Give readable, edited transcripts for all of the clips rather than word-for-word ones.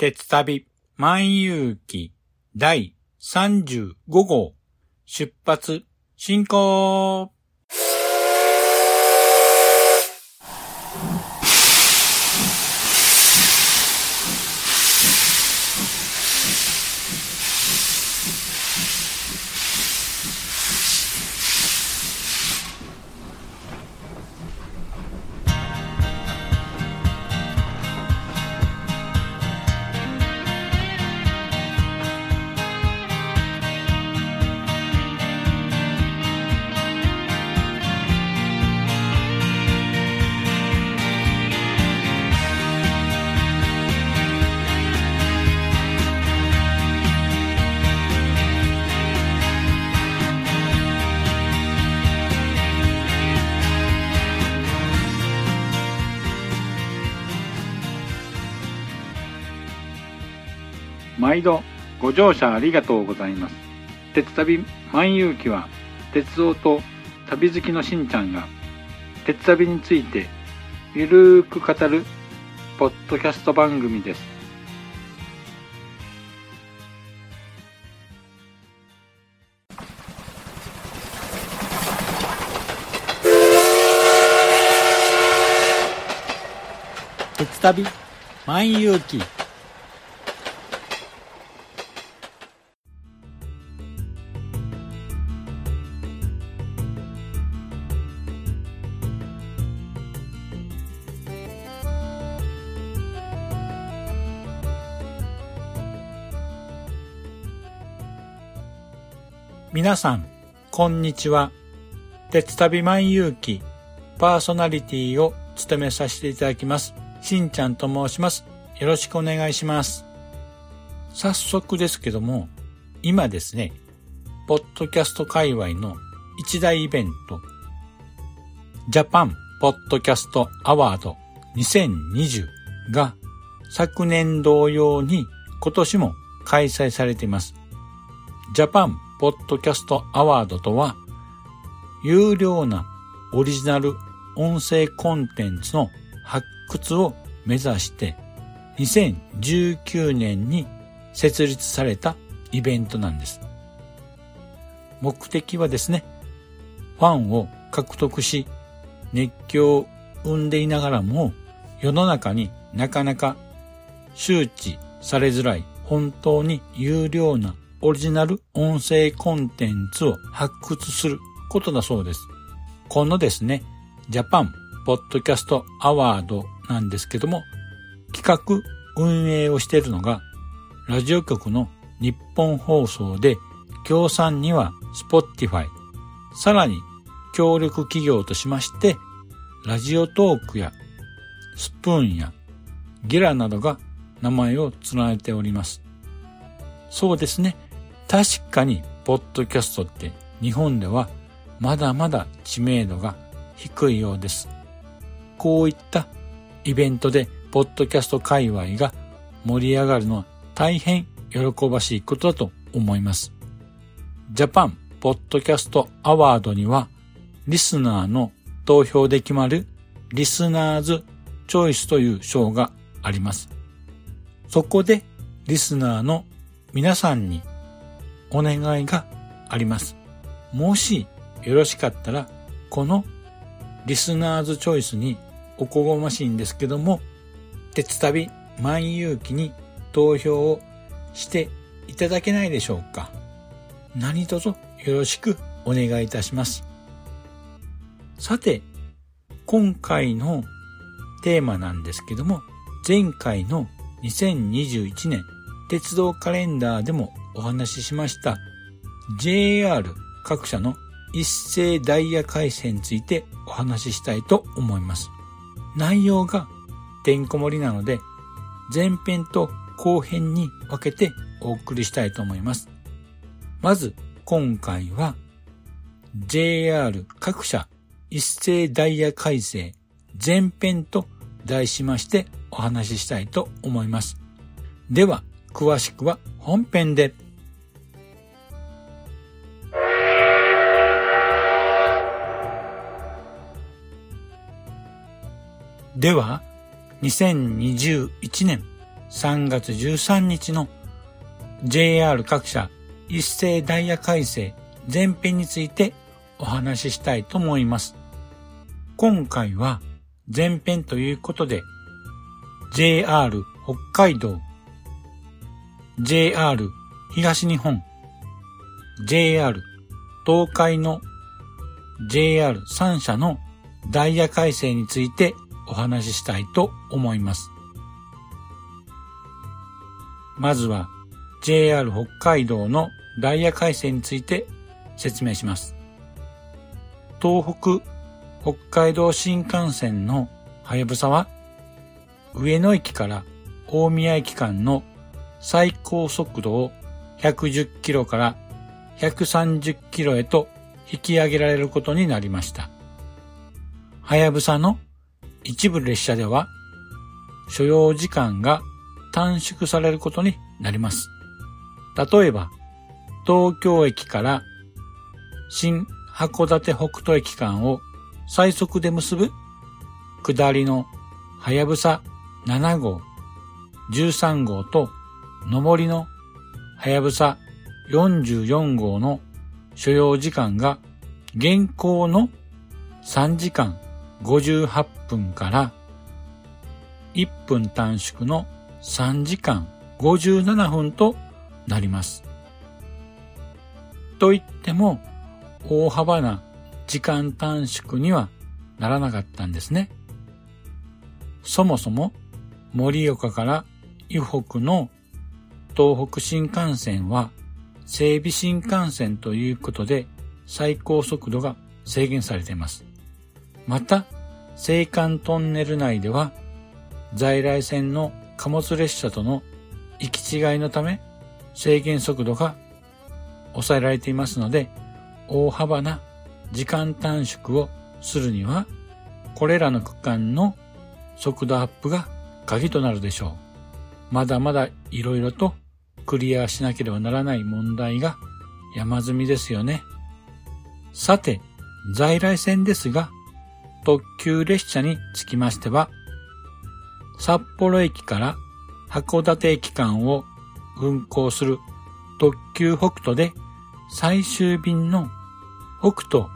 鉄旅万有記第35号出発進行。 毎度ご乗車ありがとうございます。鉄旅万有記は鉄道と旅好きのしんちゃんが鉄旅についてゆるーく語るポッドキャスト番組です。 鉄旅万有記。皆さんこんにちは。鉄旅万有記パーソナリティを務めさせていただきますしんちゃんと申します。よろしくお願いします。早速ですけども、今ですね、ポッドキャスト界隈の一大イベント、ジャパンポッドキャストアワード2020が昨年同様に今年も開催されています。ジャパンポッドキャストアワードとは、有料なオリジナル音声コンテンツの発掘を目指して2019年に設立されたイベントなんです。目的はですね、ファンを獲得し熱狂を生んでいながらも、世の中になかなか周知されづらい本当に有料なオリジナル音声コンテンツを発掘することだそうです。このですね、ジャパンポッドキャストアワードなんですけども、企画運営をしているのがラジオ局の日本放送で、協賛には Spotify、さらに協力企業としましてラジオトークやスプーンやゲラなどが名前を連ねております。そうですね、確かにポッドキャストって日本ではまだまだ知名度が低いようです。こういったイベントでポッドキャスト界隈が盛り上がるのは大変喜ばしいことだと思います。ジャパンポッドキャストアワードにはリスナーの投票で決まるリスナーズチョイスという賞があります。そこでリスナーの皆さんにお願いがあります。もしよろしかったら、このリスナーズチョイスにおこがましいんですけども、鉄旅万有記に投票をしていただけないでしょうか。何卒よろしくお願いいたします。さて、今回のテーマなんですけども、前回の2021年鉄道カレンダーでもお話ししました JR 各社の一斉ダイヤ改正についてお話ししたいと思います。内容がてんこ盛りなので、前編と後編に分けてお送りしたいと思います。まず今回は JR 各社一斉ダイヤ改正前編と題しましてお話ししたいと思います。では詳しくは本編で。では2021年 3月13日の JR 各社一斉ダイヤ改正前編についてお話ししたいと思います。今回は前編ということで JR 北海道、JR 東日本、JR 東海の JR3 社のダイヤ改正についてお話ししたいと思います。まずは JR 北海道のダイヤ改正について説明します。東北北海道新幹線のはやぶさは上野駅から大宮駅間の最高速度を110キロから130キロへと引き上げられることになりました。はやぶさの一部列車では所要時間が短縮されることになります。例えば、東京駅から新函館北斗駅間を最速で結ぶ下りのはやぶさ7号、13号と上りのはやぶさ44号の所要時間が現行の3時間58分から1分短縮の3時間57分となります。といっても大幅な時間短縮にはならなかったんですね。そもそも盛岡から以北の東北新幹線は整備新幹線ということで最高速度が制限されています。また、青函トンネル内では在来線の貨物列車との行き違いのため制限速度が抑えられていますので、大幅な時間短縮をするにはこれらの区間の速度アップが鍵となるでしょう。まだまだいろいろとクリアしなければならない問題が山積みですよね。さて、在来線ですが、特急列車につきましては、札幌駅から函館駅間を運行する特急北斗で最終便の北斗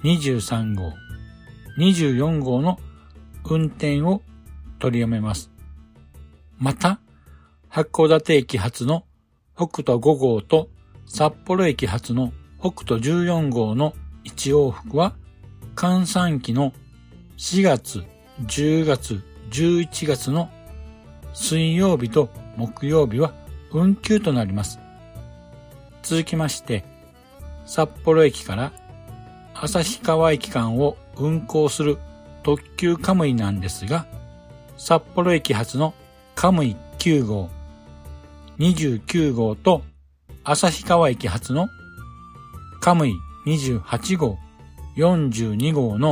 23号、24号の運転を取りやめます。また、函館駅発の北斗5号と札幌駅発の北斗14号の1往復は閑散期の4月、10月、11月の水曜日と木曜日は運休となります。続きまして、札幌駅から旭川駅間を運行する特急カムイなんですが、札幌駅発のカムイ9号、29号と旭川駅発のカムイ28号、42号の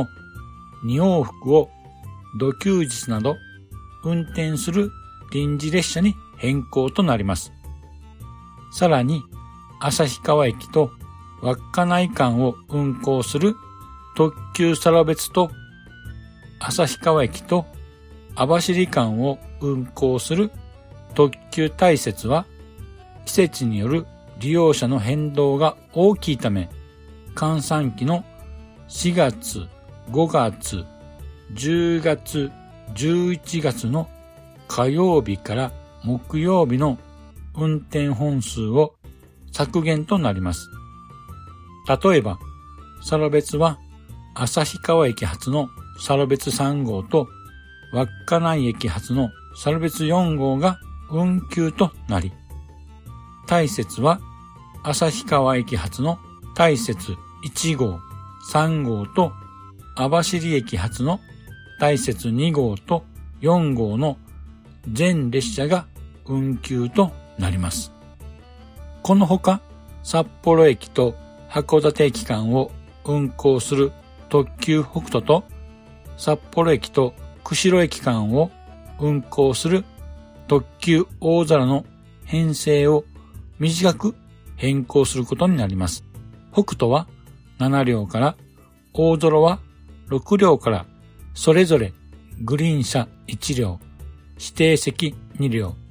2往復を土休日など運転する臨時列車に変更となります。さらに、旭川駅と稚内間を運行する特急サロベツと旭川駅と網走間を運行する特急大雪は季節による利用者の変動が大きいため、閑散期の4月、5月、10月、11月の火曜日から木曜日の運転本数を削減となります。例えば、サロベツは旭川駅発のサロベツ3号と稚内駅発のサロベツ4号が運休となり、大雪は旭川駅発の大雪1号、3号と網走駅発の大雪2号と4号の全列車が運休となります。このほか、札幌駅と函館駅間を運行する特急北斗と札幌駅と釧路駅間を運行する特急大空の編成を短く変更することになります。北斗は7両から大空は6両からそれぞれグリーン車1両、指定席2両、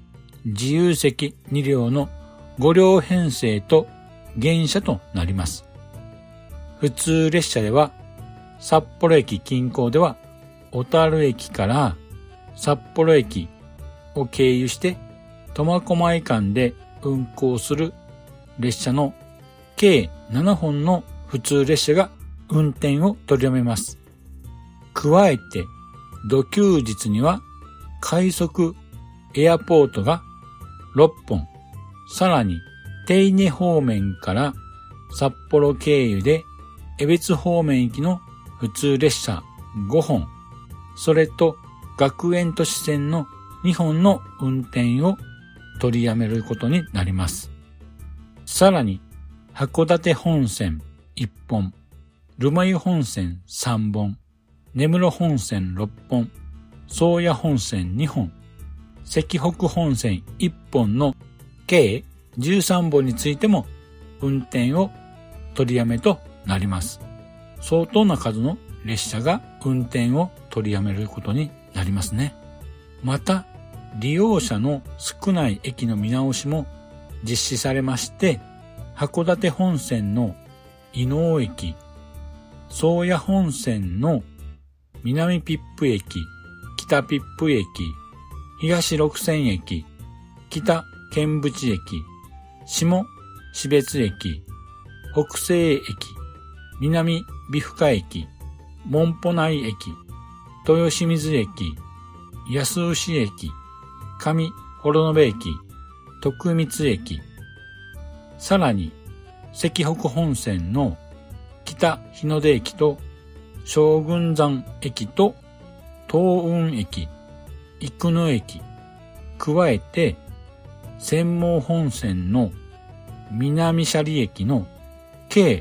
自由席2両の5両編成と原車となります。普通列車では札幌駅近郊では小樽駅から札幌駅を経由して苫小牧間で運行する列車の計7本の普通列車が運転を取りやめます。加えて土休日には快速エアポートが6本、さらに手稲方面から札幌経由で江別方面行きの普通列車5本、それと学園都市線の2本の運転を取りやめることになります。さらに函館本線1本、留萌本線3本、根室本線6本、宗谷本線2本、石北本線1本の計13本についても運転を取りやめとなります。相当な数の列車が運転を取りやめることになりますね。また、利用者の少ない駅の見直しも実施されまして、函館本線の伊能駅、宗谷本線の南ピップ駅、北ピップ駅、東六泉駅、北剣淵駅、下標津駅、北西駅、南美深駅、門保内駅、豊清水駅、安牛駅、上幌延駅、徳光駅、さらに石北本線の北日の出駅と将軍山駅と東雲駅、生野駅、加えて釧網本線の南斜里駅の計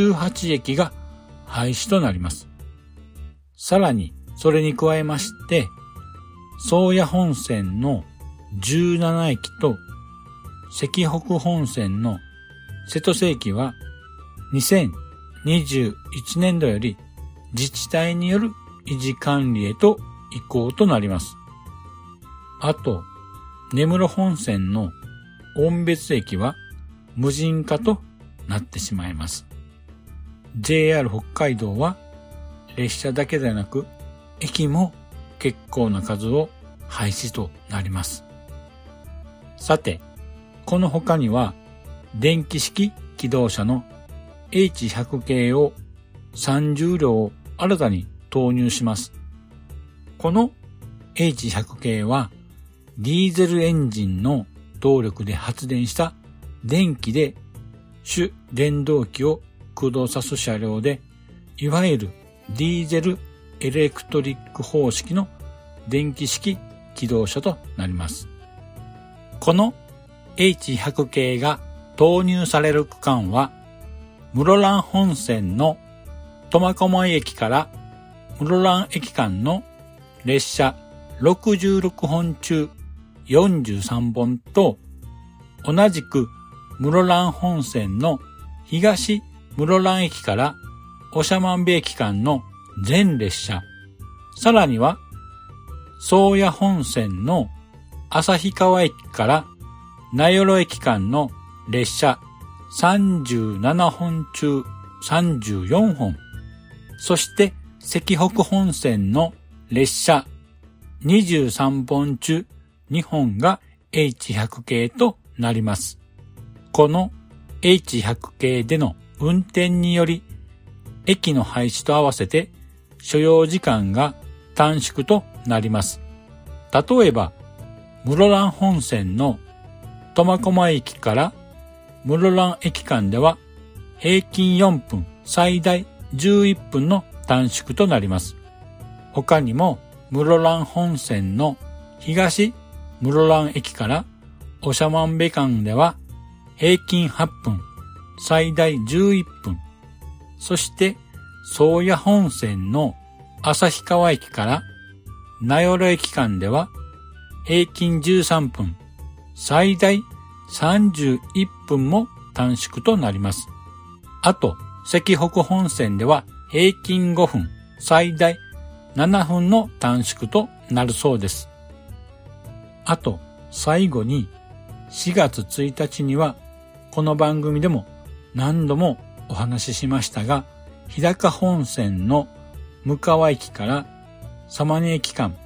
18駅が廃止となります。さらにそれに加えまして、宗谷本線の17駅と石北本線の瀬戸瀬駅は2021年度より自治体による維持管理へと移行となります。あと、根室本線の音別駅は無人化となってしまいます。JR 北海道は列車だけでなく駅も結構な数を廃止となります。さて、この他には電気式気動車の H100 系を30両を新たに投入します。この H100 系はディーゼルエンジンの動力で発電した電気で主電動機を駆動さす車両で、いわゆるディーゼルエレクトリック方式の電気式気動車となります。この H100 系が投入される区間は、室蘭本線の苫小牧駅から室蘭駅間の列車66本中43本と、同じく室蘭本線の東室蘭駅から長万部駅間の全列車、さらには宗谷本線の旭川駅から名寄駅間の列車37本中34本、そして石北本線の列車23本中2本が H100 系となります。この H100 系での運転により、駅の廃止と合わせて所要時間が短縮となります。例えば、室蘭本線の苫小牧駅から室蘭駅間では平均4分、最大11分の短縮となります。他にも室蘭本線の東室蘭駅から長万部間では平均8分、最大11分、そして宗谷本線の旭川駅から名寄駅間では平均13分、最大31分も短縮となります。あと、石北本線では平均5分、最大7分の短縮となるそうです。あと、 最後に4月1日にはこの番組でも何度もお話ししましたが、日高本線の向川駅から様似駅間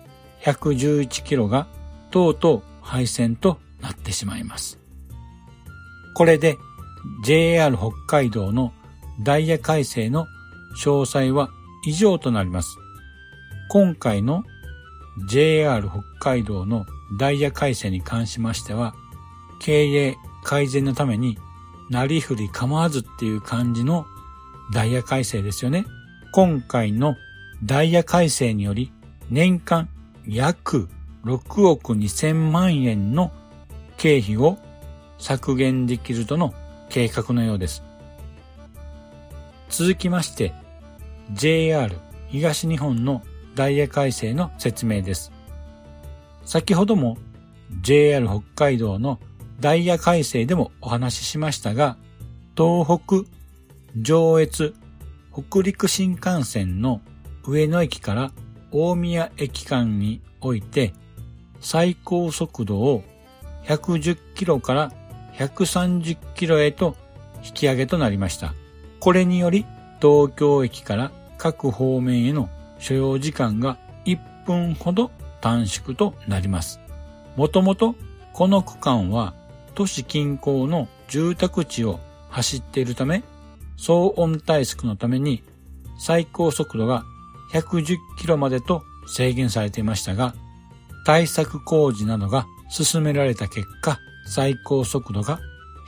111キロがとうとう廃線となってしまいます。これで JR 北海道のダイヤ改正の詳細は以上となります。今回の JR 北海道のダイヤ改正に関しましては、経営改善のためになりふり構わずっていう感じのダイヤ改正ですよね。今回のダイヤ改正により年間約6億2000万円の経費を削減できるとの計画のようです。続きまして JR 東日本のダイヤ改正の説明です。先ほども JR 北海道のダイヤ改正でもお話ししましたが、東北、上越、北陸新幹線の上野駅から大宮駅間において最高速度を110キロから130キロへと引き上げとなりました。これにより東京駅から各方面への所要時間が1分ほど短縮となります。もともとこの区間は都市近郊の住宅地を走っているため、騒音対策のために最高速度が110キロまでと制限されていましたが、対策工事などが進められた結果、最高速度が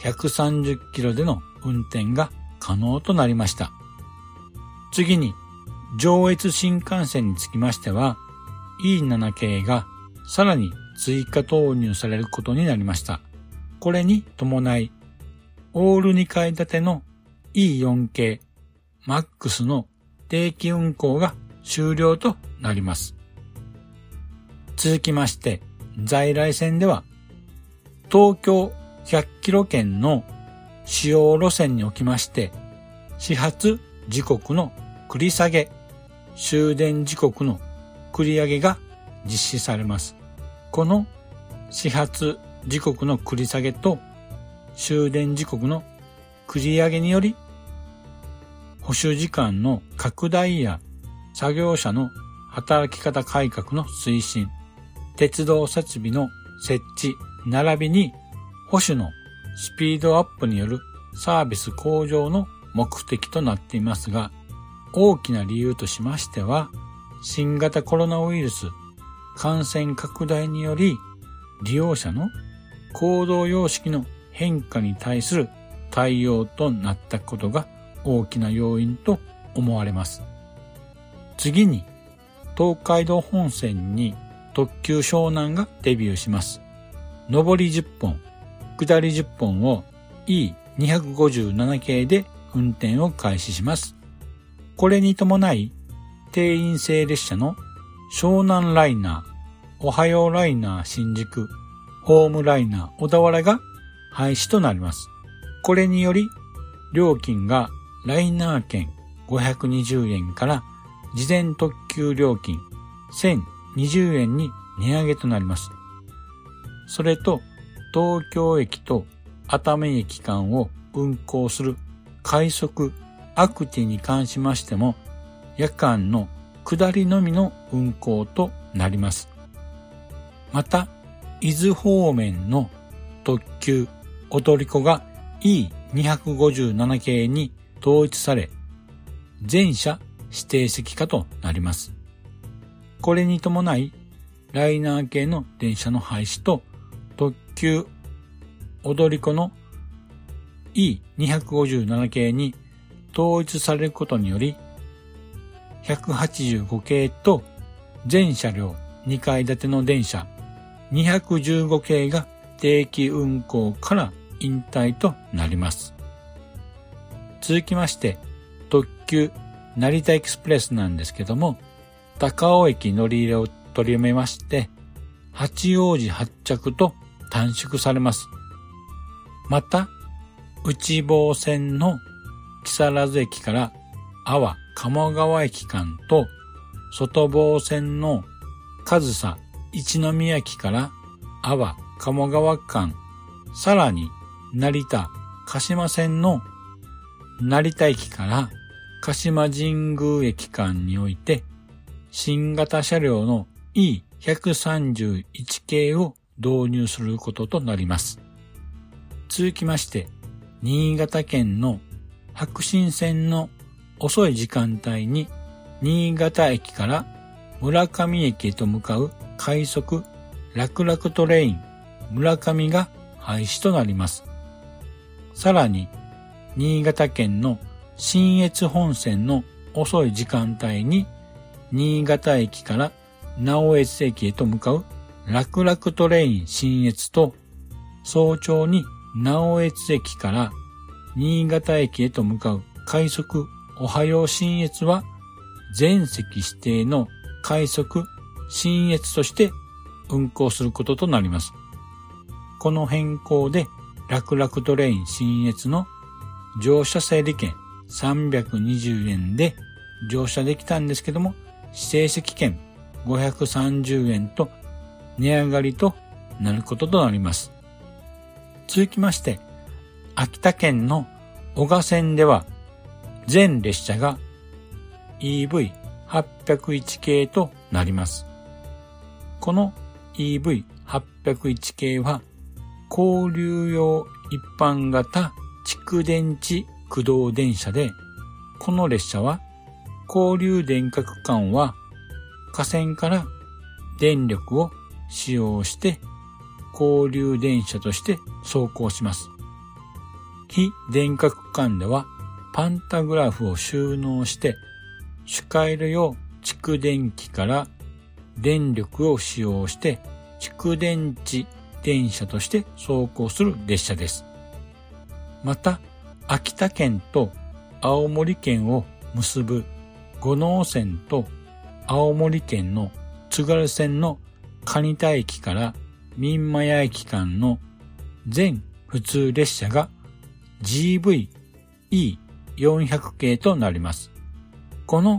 130キロでの運転が可能となりました。次に、上越新幹線につきましては、E7 系がさらに追加投入されることになりました。これに伴い、オール2階建ての E4 系 MAX の定期運行が終了となります。続きまして、在来線では、東京100キロ圏の主要路線におきまして、始発時刻の繰り下げ、終電時刻の繰り上げが実施されます。この始発時刻の繰り下げと終電時刻の繰り上げにより、保守時間の拡大や作業者の働き方改革の推進、鉄道設備の設置並びに保守のスピードアップによるサービス向上の目的となっていますが、大きな理由としましては、新型コロナウイルス感染拡大により利用者の行動様式の変化に対する対応となったことが大きな要因と思われます。次に、東海道本線に特急湘南がデビューします。上り10本、下り10本を E257 系で運転を開始します。これに伴い、定員制列車の湘南ライナー、おはようライナー新宿、ホームライナー小田原が廃止となります。これにより、料金がライナー券520円から事前特急料金1020円に値上げとなります。それと、東京駅と熱海駅間を運行する快速アクティに関しましても、夜間の下りのみの運行となります。また、伊豆方面の特急踊り子が E257 系に統一され、全車指定席化となります。これに伴い、ライナー系の電車の廃止と特急踊り子の E257 系に統一されることにより、185系と全車両2階建ての電車215系が定期運行から引退となります。続きまして、特急成田エクスプレスなんですけども、高尾駅乗り入れを取りやめまして、八王子発着と短縮されます。また、内房線の木更津駅から阿波鴨川駅間と、外房線の上総一宮駅から阿波鴨川間、さらに成田鹿島線の成田駅から鹿島神宮駅間において新型車両の E131 系を導入することとなります。続きまして、新潟県の白新線の遅い時間帯に新潟駅から村上駅へと向かう快速楽々トレイン村上が廃止となります。さらに、新潟県の信越本線の遅い時間帯に新潟駅から直江津駅へと向かう楽々トレイン信越と、早朝に直江津駅から新潟駅へと向かう快速おはよう信越は全席指定の快速信越として運行することとなります。この変更で楽々トレイン信越の乗車整理券320円で乗車できたんですけども、指定席券530円と値上がりとなることとなります。続きまして、秋田県の男鹿線では全列車が EV801 系となります。この EV801 系は交流用一般型蓄電池駆動電車で、この列車は交流電化区間は架線から電力を使用して交流電車として走行します。非電化区間ではパンタグラフを収納して主回路用蓄電機から電力を使用して蓄電池電車として走行する列車です。また、秋田県と青森県を結ぶ五能線と青森県の津軽線の蟹田駅から三厩駅間の全普通列車が GV-E400 系となります。この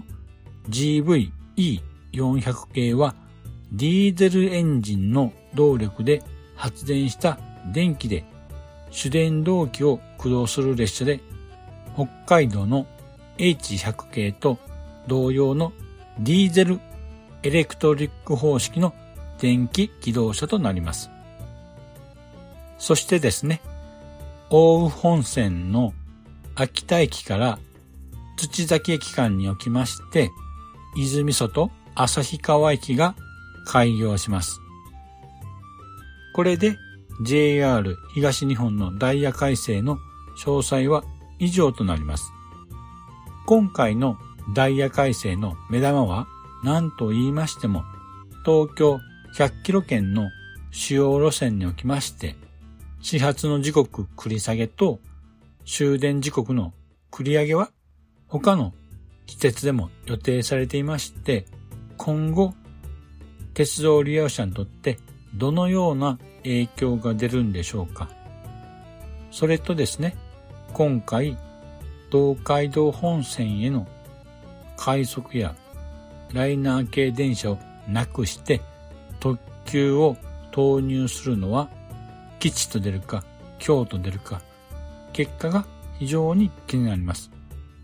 GV-E400 系はディーゼルエンジンの動力で発電した電気で主電動機を駆動する列車で、北海道の H100 系と同様のディーゼルエレクトリック方式の電気機動車となります。そしてですね、奥羽本線の秋田駅から土崎駅間におきまして、泉外旭川駅が開業します。これで JR 東日本のダイヤ改正の詳細は以上となります。今回のダイヤ改正の目玉は何と言いましても、東京100キロ圏の主要路線におきまして、始発の時刻繰り下げと終電時刻の繰り上げは他の施設でも予定されていまして、今後鉄道利用者にとってどのような影響が出るんでしょうか。それとですね、今回東海道本線への快速やライナー系電車をなくして特急を投入するのは吉と出るか凶と出るか、結果が非常に気になります。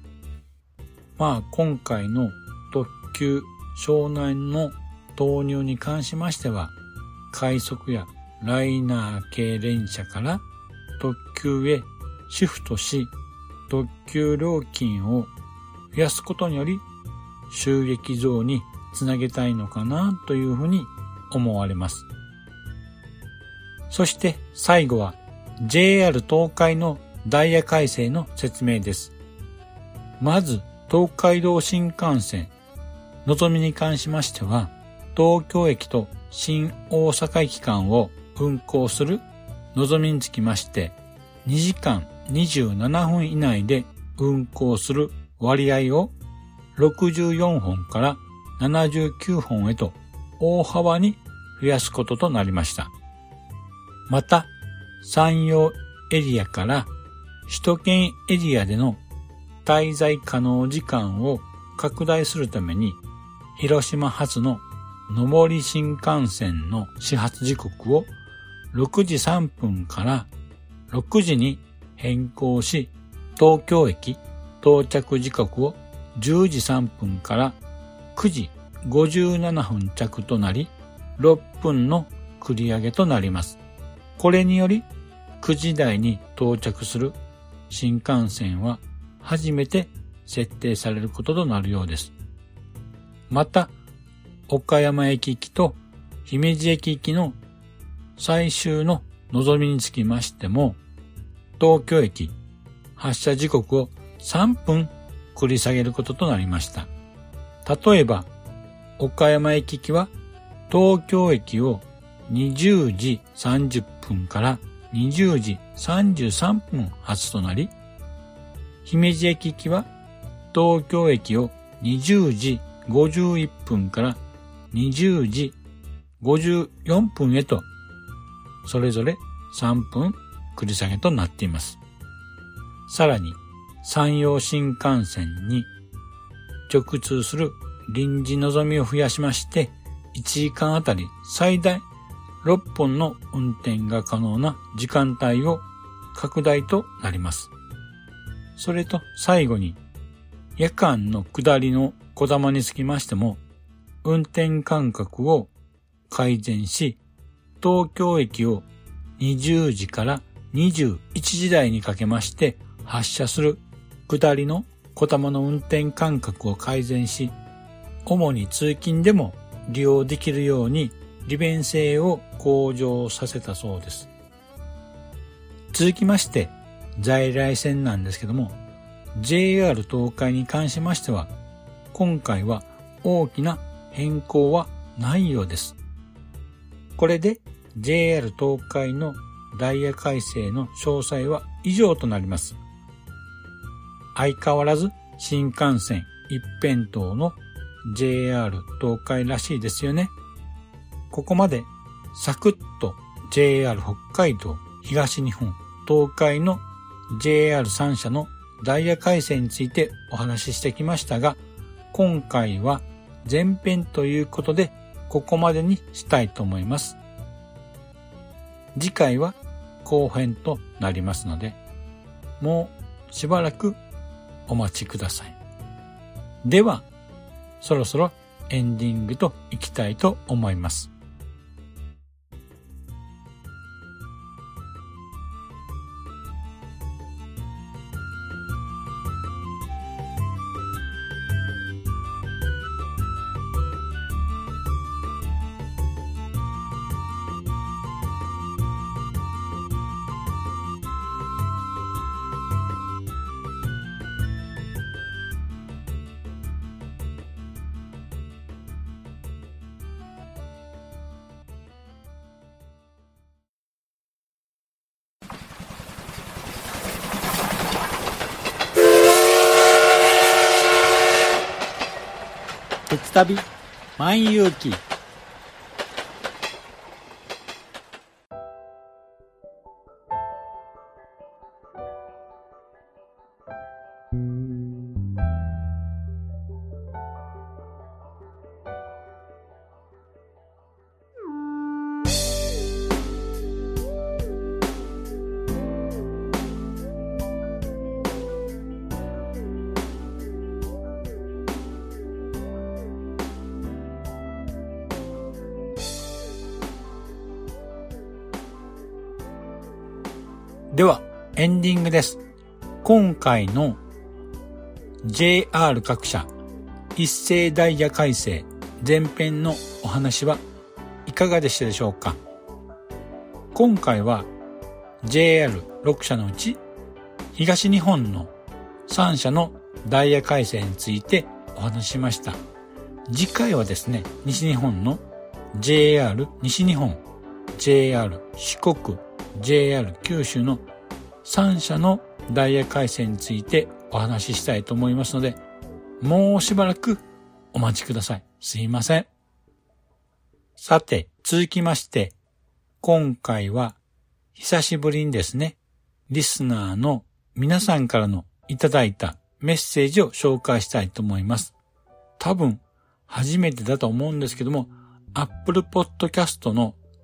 今回の特急湘南の投入に関しましては、快速やライナー系電車から特急へシフトし、特急料金を増やすことにより収益増につなげたいのかなというふうに思われます。そして最後は JR 東海のダイヤ改正の説明です。まず東海道新幹線のぞみに関しましては、東京駅と新大阪駅間を運行するのぞみにつきまして、2時間27分以内で運行する割合を64本から79本へと大幅に増やすこととなりました。また、山陽エリアから首都圏エリアでの滞在可能時間を拡大するために、広島発の上り新幹線の始発時刻を 6時3分から6時に変更し、東京駅到着時刻を10時3分から9時57分着となり、6分の繰り上げとなります。これにより9時台に到着する新幹線は初めて設定されることとなるようです。また、岡山駅行きと姫路駅行きの最終の望みにつきましても、東京駅発車時刻を3分繰り下げることとなりました。例えば、岡山駅行きは東京駅を20時30分から20時33分発となり、姫路駅行きは東京駅を20時51分から20時54分へと、それぞれ3分繰り下げとなっています。さらに、山陽新幹線に直通する臨時のぞみを増やしまして、1時間あたり最大6本の運転が可能な時間帯を拡大となります。それと最後に、夜間の下りのこだまにつきましても、運転間隔を改善し、東京駅を20時から21時台にかけまして発車する下りのこだまの運転間隔を改善し、主に通勤でも利用できるように利便性を向上させたそうです。続きまして、在来線なんですけども、JR 東海に関しましては、今回は大きな変更はないようです。これで JR 東海のダイヤ改正の詳細は以上となります。相変わらず新幹線一辺倒の JR 東海らしいですよね。ここまでサクッと JR 北海道、東日本、東海の JR3 社のダイヤ改正についてお話ししてきましたが、今回は前編ということでここまでにしたいと思います。次回は後編となりますので、もうしばらくお待ちください。では、そろそろエンディングといきたいと思います。鉄旅万有記。では、エンディングです。今回の JR 各社一斉ダイヤ改正前編のお話はいかがでしたでしょうか。今回は JR6 社のうち東日本の3社のダイヤ改正についてお話ししました。次回はですね、西日本の JR 西日本、JR 四国、JR 九州の3社のダイヤ改正についてお話ししたいと思いますので、もうしばらくお待ちください。すいません。さて、続きまして、今回は久しぶりにですね、リスナーの皆さんからのいただいたメッセージを紹介したいと思います。多分初めてだと思うんですけども、Apple Podcast の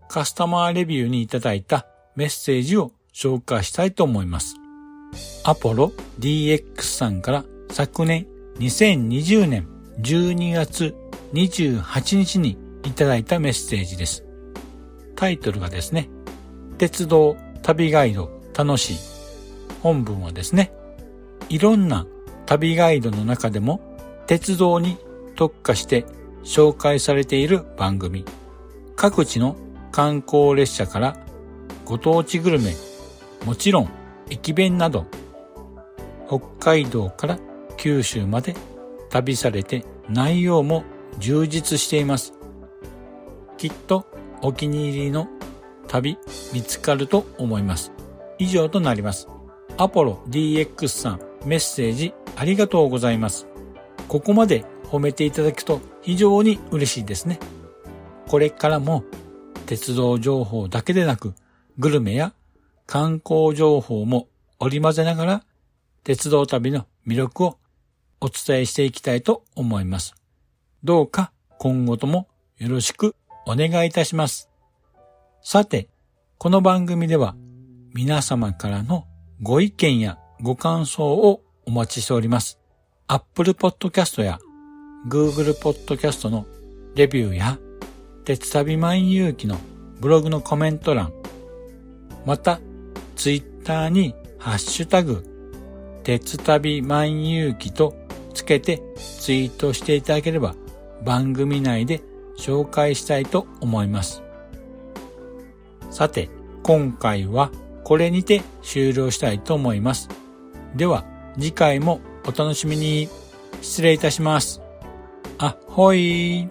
カスタマーレビューにいただいたメッセージを紹介したいと思います。アポロ DX さんから昨年2020年12月28日にいただいたメッセージです。タイトルがですね、鉄道旅ガイド楽しい。本文はですね、いろんな旅ガイドの中でも鉄道に特化して紹介されている番組。各地の観光列車からご当地グルメ、もちろん駅弁など、北海道から九州まで旅されて内容も充実しています。きっとお気に入りの旅見つかると思います。以上となります。アポロ DX さん、メッセージありがとうございます。ここまで褒めていただくと非常に嬉しいですね。これからも鉄道情報だけでなく、グルメや観光情報も織り交ぜながら鉄道旅の魅力をお伝えしていきたいと思います。どうか今後ともよろしくお願いいたします。さて、この番組では皆様からのご意見やご感想をお待ちしております。Apple Podcast や Google Podcast のレビューや鉄旅万有記のブログのコメント欄、また Twitter にハッシュタグ鉄旅万有記とつけてツイートしていただければ番組内で紹介したいと思います。さて、今回はこれにて終了したいと思います。では次回もお楽しみに。失礼いたします。あほい。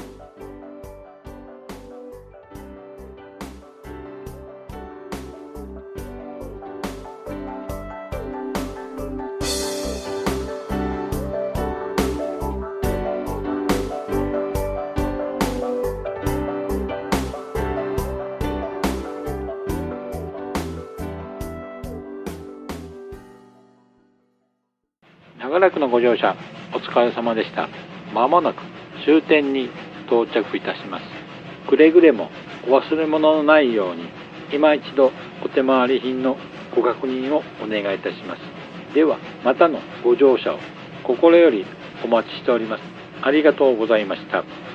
長らくのご乗車お疲れ様でした。まもなく終点に到着いたします。くれぐれもお忘れ物のないように今一度お手回り品のご確認をお願いいたします。ではまたのご乗車を心よりお待ちしております。ありがとうございました。